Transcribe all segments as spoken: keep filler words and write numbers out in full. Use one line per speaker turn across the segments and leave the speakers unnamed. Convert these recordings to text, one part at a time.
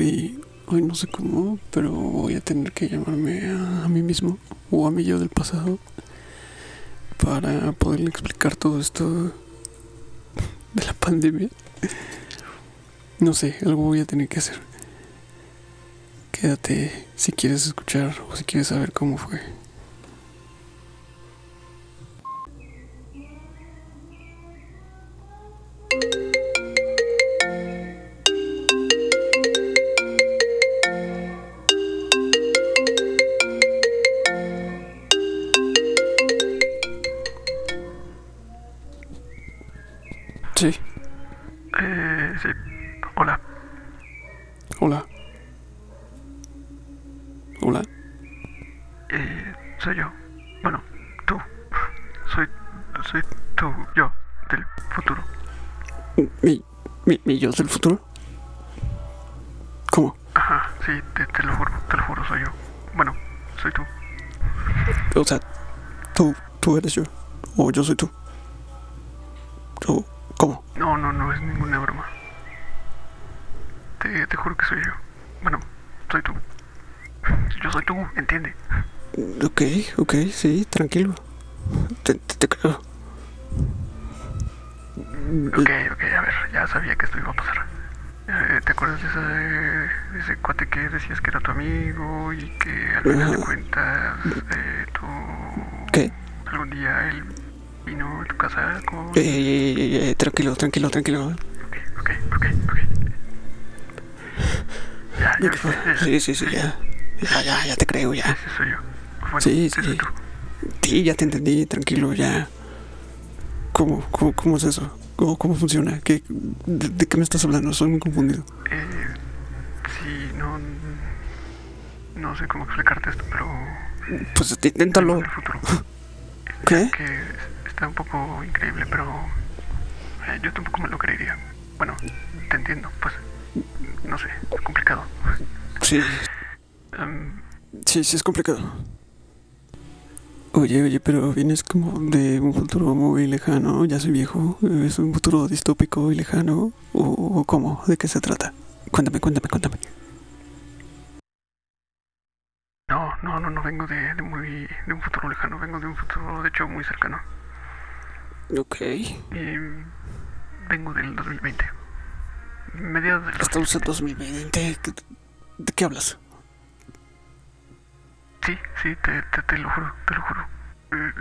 Hoy, hoy no sé cómo, pero voy a tener que llamarme a, a mí mismo o a mi yo del pasado para poderle explicar todo esto de la pandemia. No sé, algo voy a tener que hacer. Quédate si quieres escuchar o si quieres saber cómo fue. Sí.
Eh, sí. Hola.
Hola. Hola.
Eh, soy yo. Bueno, tú. Soy, soy tú, yo, del futuro.
¿Mi, mi, mi yo del futuro? ¿Cómo?
Ajá, sí, te, te lo juro, te lo juro, soy yo. Bueno, soy tú.
O sea, tú, tú eres yo. O yo soy tú. O, ¿cómo?
No, no, no es ninguna broma. Te, te juro que soy yo. Bueno, soy tú. Yo soy tú, entiende.
Ok, ok, sí, tranquilo. Te, te, te creo.
Ok, ok, a ver, ya sabía que esto iba a pasar. Eh, ¿Te acuerdas de ese, de ese cuate que decías que era tu amigo y que al final de cuentas eh, tú...
¿Qué?
Algún día él vino a tu casa con...
Eh, eh, eh, eh, tranquilo, tranquilo, tranquilo.
Ok, ok, ok, ok. Ya, ya viste, ya,
Sí, sí, sí, ya. Ya, ya, ya te creo, ya.
ese soy yo. Bueno,
Sí,
ese
sí.
soy tú.
Sí, ya te entendí, tranquilo, ya. ¿Cómo, cómo, cómo es eso? ¿Cómo, cómo funciona? ¿Qué, de, ¿De qué me estás hablando? Soy muy confundido.
Eh, sí, no... No sé cómo explicarte esto, pero...
Pues
Vengo
inténtalo.
del futuro.
¿Qué?
Ya que está un poco increíble, pero... eh, yo tampoco me lo creería. Bueno, te entiendo, pues... No sé, es complicado.
Sí,
Um,
sí, sí es complicado. Oye, oye, pero vienes como de un futuro muy lejano, ya soy viejo, es un futuro distópico y lejano, o, o cómo, ¿de qué se trata? Cuéntame, cuéntame, cuéntame.
no, no, no, no vengo de, de muy... de un futuro lejano, vengo de un futuro, de hecho, muy cercano.
Ok.
Y vengo del dos mil veinte. Mediados del
Estamos en
dos mil veinte.
dos mil veinte. ¿qué- ¿De qué hablas?
Sí, sí, te, te, te lo juro, te lo juro. Eh,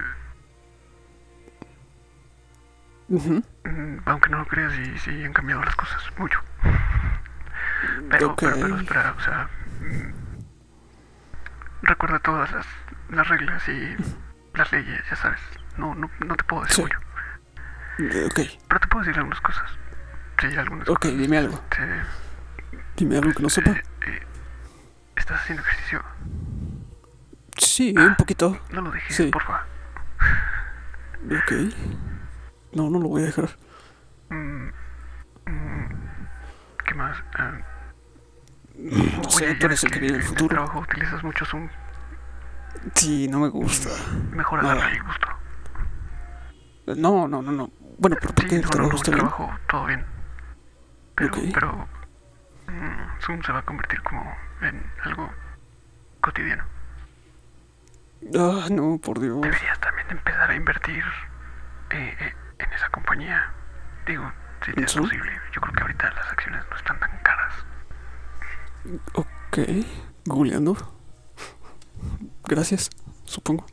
Ujú.
mm, aunque no lo creas, sí, sí han cambiado las cosas mucho. Pero,
Ok.
pero, pero, espera, o sea, mm, recuerda todas las, las reglas y las leyes, ya sabes. No, no, no te puedo decir
Sí.
mucho.
Ok.
Pero te puedo decir algunas cosas. Sí, algunas
Ok,
cosas.
dime algo.
Este,
Dime algo
pues,
que no sepa.
eh, eh, ¿estás haciendo ejercicio?
Sí, un
Ah,
poquito.
no lo dejes,
Sí.
porfa.
Ok. No, no lo voy a dejar.
Mm, mm, ¿Qué más? Ah,
No sé,
oye,
tú
ya ves
eres el
que
que viene del
en el
futuro.
trabajo utilizas mucho Zoom.
Sí, no me gusta.
Mejor agarra
Nada.
el gusto.
No, no, no, no. Bueno, pero ¿por
Sí,
qué el
no, no,
trabajo
no, el
está bien?
trabajo, todo bien.
Ok.
Pero, pero, mm, Zoom se va a convertir como en algo cotidiano.
Ah, no, por Dios.
Deberías también empezar a invertir eh, eh, en esa compañía. Digo, si te es
¿Zoom?
posible. Yo creo que ahorita las acciones no están tan caras.
Ok. Googleando. Gracias, supongo.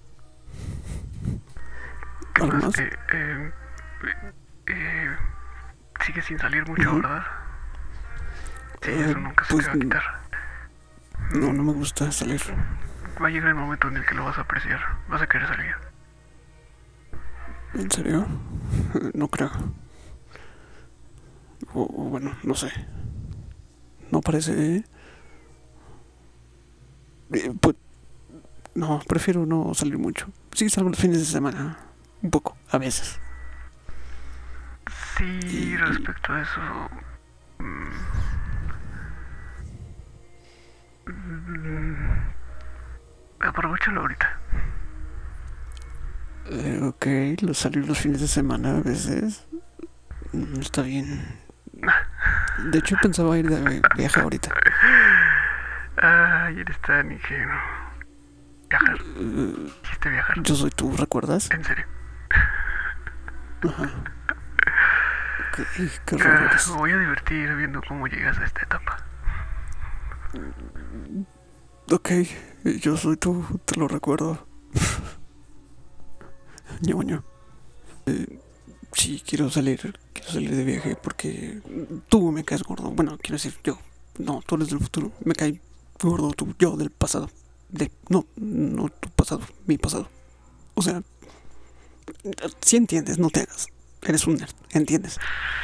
¿Qué
¿Algo
más?
más?
Eh, eh, eh, Sigues sin salir mucho,
Ujú.
¿verdad? Sí,
Eh,
eso nunca se te
pues
va a quitar.
no, no
Mm,
me gusta salir.
Va a llegar el momento en el que lo vas a apreciar. Vas a querer salir.
¿En serio? No creo. O, o bueno, no sé. No parece... eh, pues no, prefiero no salir mucho. Sí, salgo los fines de semana. Un poco, a veces.
Sí,
Y... y
respecto a eso... mm, mm, aprovechalo ahorita.
eh, ok, los salir los fines de semana a veces. Mm, está bien. De hecho, pensaba ir de viaje ahorita.
Ay, eres tan ingenuo. Viajar.
Eh,
Quisiste viajar.
yo soy tú, ¿recuerdas?
En serio.
Ajá. Ok, qué raro
Ah,
eres.
me voy a divertir viendo cómo llegas a esta etapa.
Ok, yo soy tú, te lo recuerdo. ñoño. Eh, sí, quiero salir, quiero salir de viaje porque tú me caes gordo. Bueno, quiero decir, yo. No, tú eres del futuro. Me cae gordo tú, yo del pasado. De, no, no tu pasado, mi pasado. O sea, si entiendes, no te hagas. Eres un nerd, ¿entiendes?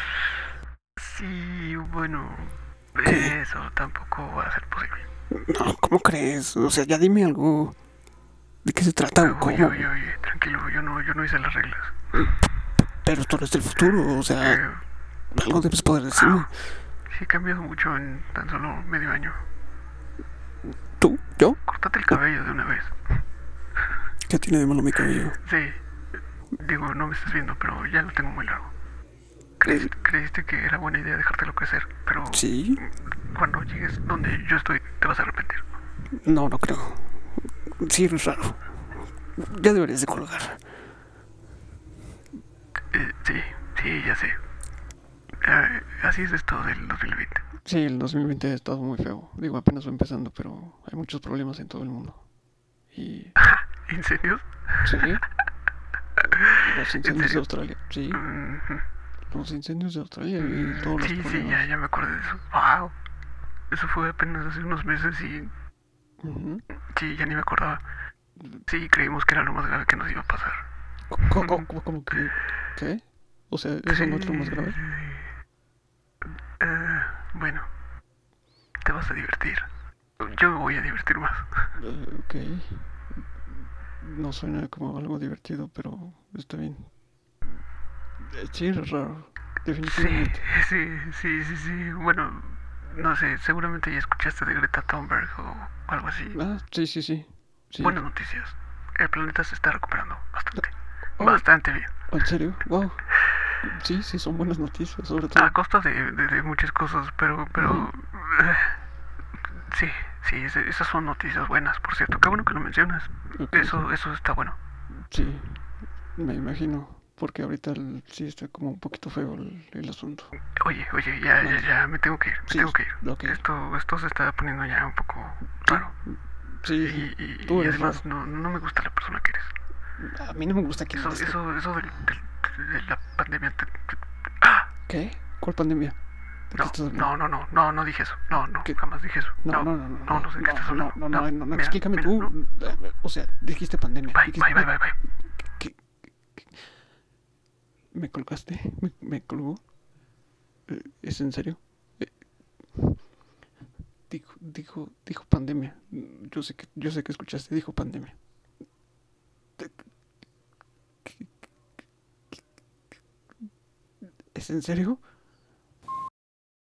Sí, bueno,
¿Qué?
eso tampoco va a ser posible.
No, ¿cómo crees? O sea, ya dime algo. ¿De qué se trata o
Oye,
cómo?
oye, oye, tranquilo, yo no, yo no hice las reglas.
Pero tú eres del futuro, o sea,
Eh,
algo debes poder decirme.
sí he cambiado mucho en tan solo medio año.
¿Tú? ¿Yo?
Córtate el cabello de una vez.
¿Qué tiene de malo mi cabello?
Sí, digo, no me estás viendo, pero ya lo tengo muy largo.
Eh,
Creíste, creíste que era buena idea dejártelo crecer, pero
¿Sí?
cuando llegues donde yo estoy te vas a arrepentir.
No, no creo. Sí, eres raro. Ya deberías de colgar.
Eh, sí, sí, ya sé. Eh, así es esto del dos mil veinte.
Sí, el dos mil veinte ha estado muy feo. Digo, apenas va empezando, pero hay muchos problemas en todo el mundo. Y...
¿Incendios?
¿Sí? Los
¿En
incendios de
serio?
Australia. Sí,
Mm,
los incendios de Australia y
mm,
todos los
sí, sí, ya,
problemas.
ya me acordé de eso. Wow, eso fue apenas hace unos meses y
Ujú.
sí, ya ni me acordaba. Sí, creímos que era lo más grave que nos iba a pasar.
¿Cómo, cómo, cómo que? ¿Qué? O sea, ¿eso
Sí,
no es lo más grave?
eh, bueno, te vas a divertir. Yo me voy a divertir más.
Eh, ok. No suena como algo divertido, pero está bien. Eh, Sí, es raro.
Sí,
Definitivamente.
sí, sí, sí, sí. Bueno, no sé, seguramente ya escuchaste de Greta Thunberg o algo así.
Ah, sí, sí, sí. Sí.
Buenas noticias. El planeta se está recuperando bastante.
Oh,
Bastante bien.
¿en serio? Wow. Sí, sí, son buenas noticias, sobre
A
todo.
costa de, de, de muchas cosas, pero,
Ujú.
pero... eh, sí, sí, ese- esas son noticias buenas, por cierto. Qué bueno que lo mencionas.
Ok.
Eso, eso está bueno.
Sí, me imagino. Porque ahorita el- sí está como un poquito feo el, el asunto.
Oye, oye, ya, ya,
Mande.
ya, me tengo que ir, me
Sí,
tengo que ir.
ok.
Esto, esto se está poniendo ya un poco
Sí,
raro.
sí, sí.
Y, y,
Tú
y
eres
además
raro.
no, no me gusta la persona que eres.
A mí no me gusta quién
Eso,
eres tú.
eso, eso del, del- de la pandemia. te- te- ¡Ah!
¿Qué? ¿Cuál pandemia? ¿De qué
No,
estás hablando?
no, no, no, no, no dije eso. No, no,
¿Qué?
jamás dije eso.
No,
No,
no, no, no,
no,
no,
no sé de qué
no,
estás
no,
hablando.
no,
No,
no, no, no,
mira,
explícame
mira,
tú.
no.
O sea, dijiste pandemia.
Bye,
Dijiste,
bye, bye, bye, bye.
¿qué, qué- ¿Me colgaste? ¿Me, me colgó? Eh, ¿Es en serio? Eh, dijo, dijo, dijo pandemia. Yo sé que, yo sé que escuchaste, dijo pandemia. Eh, ¿qué- ¿Es en serio?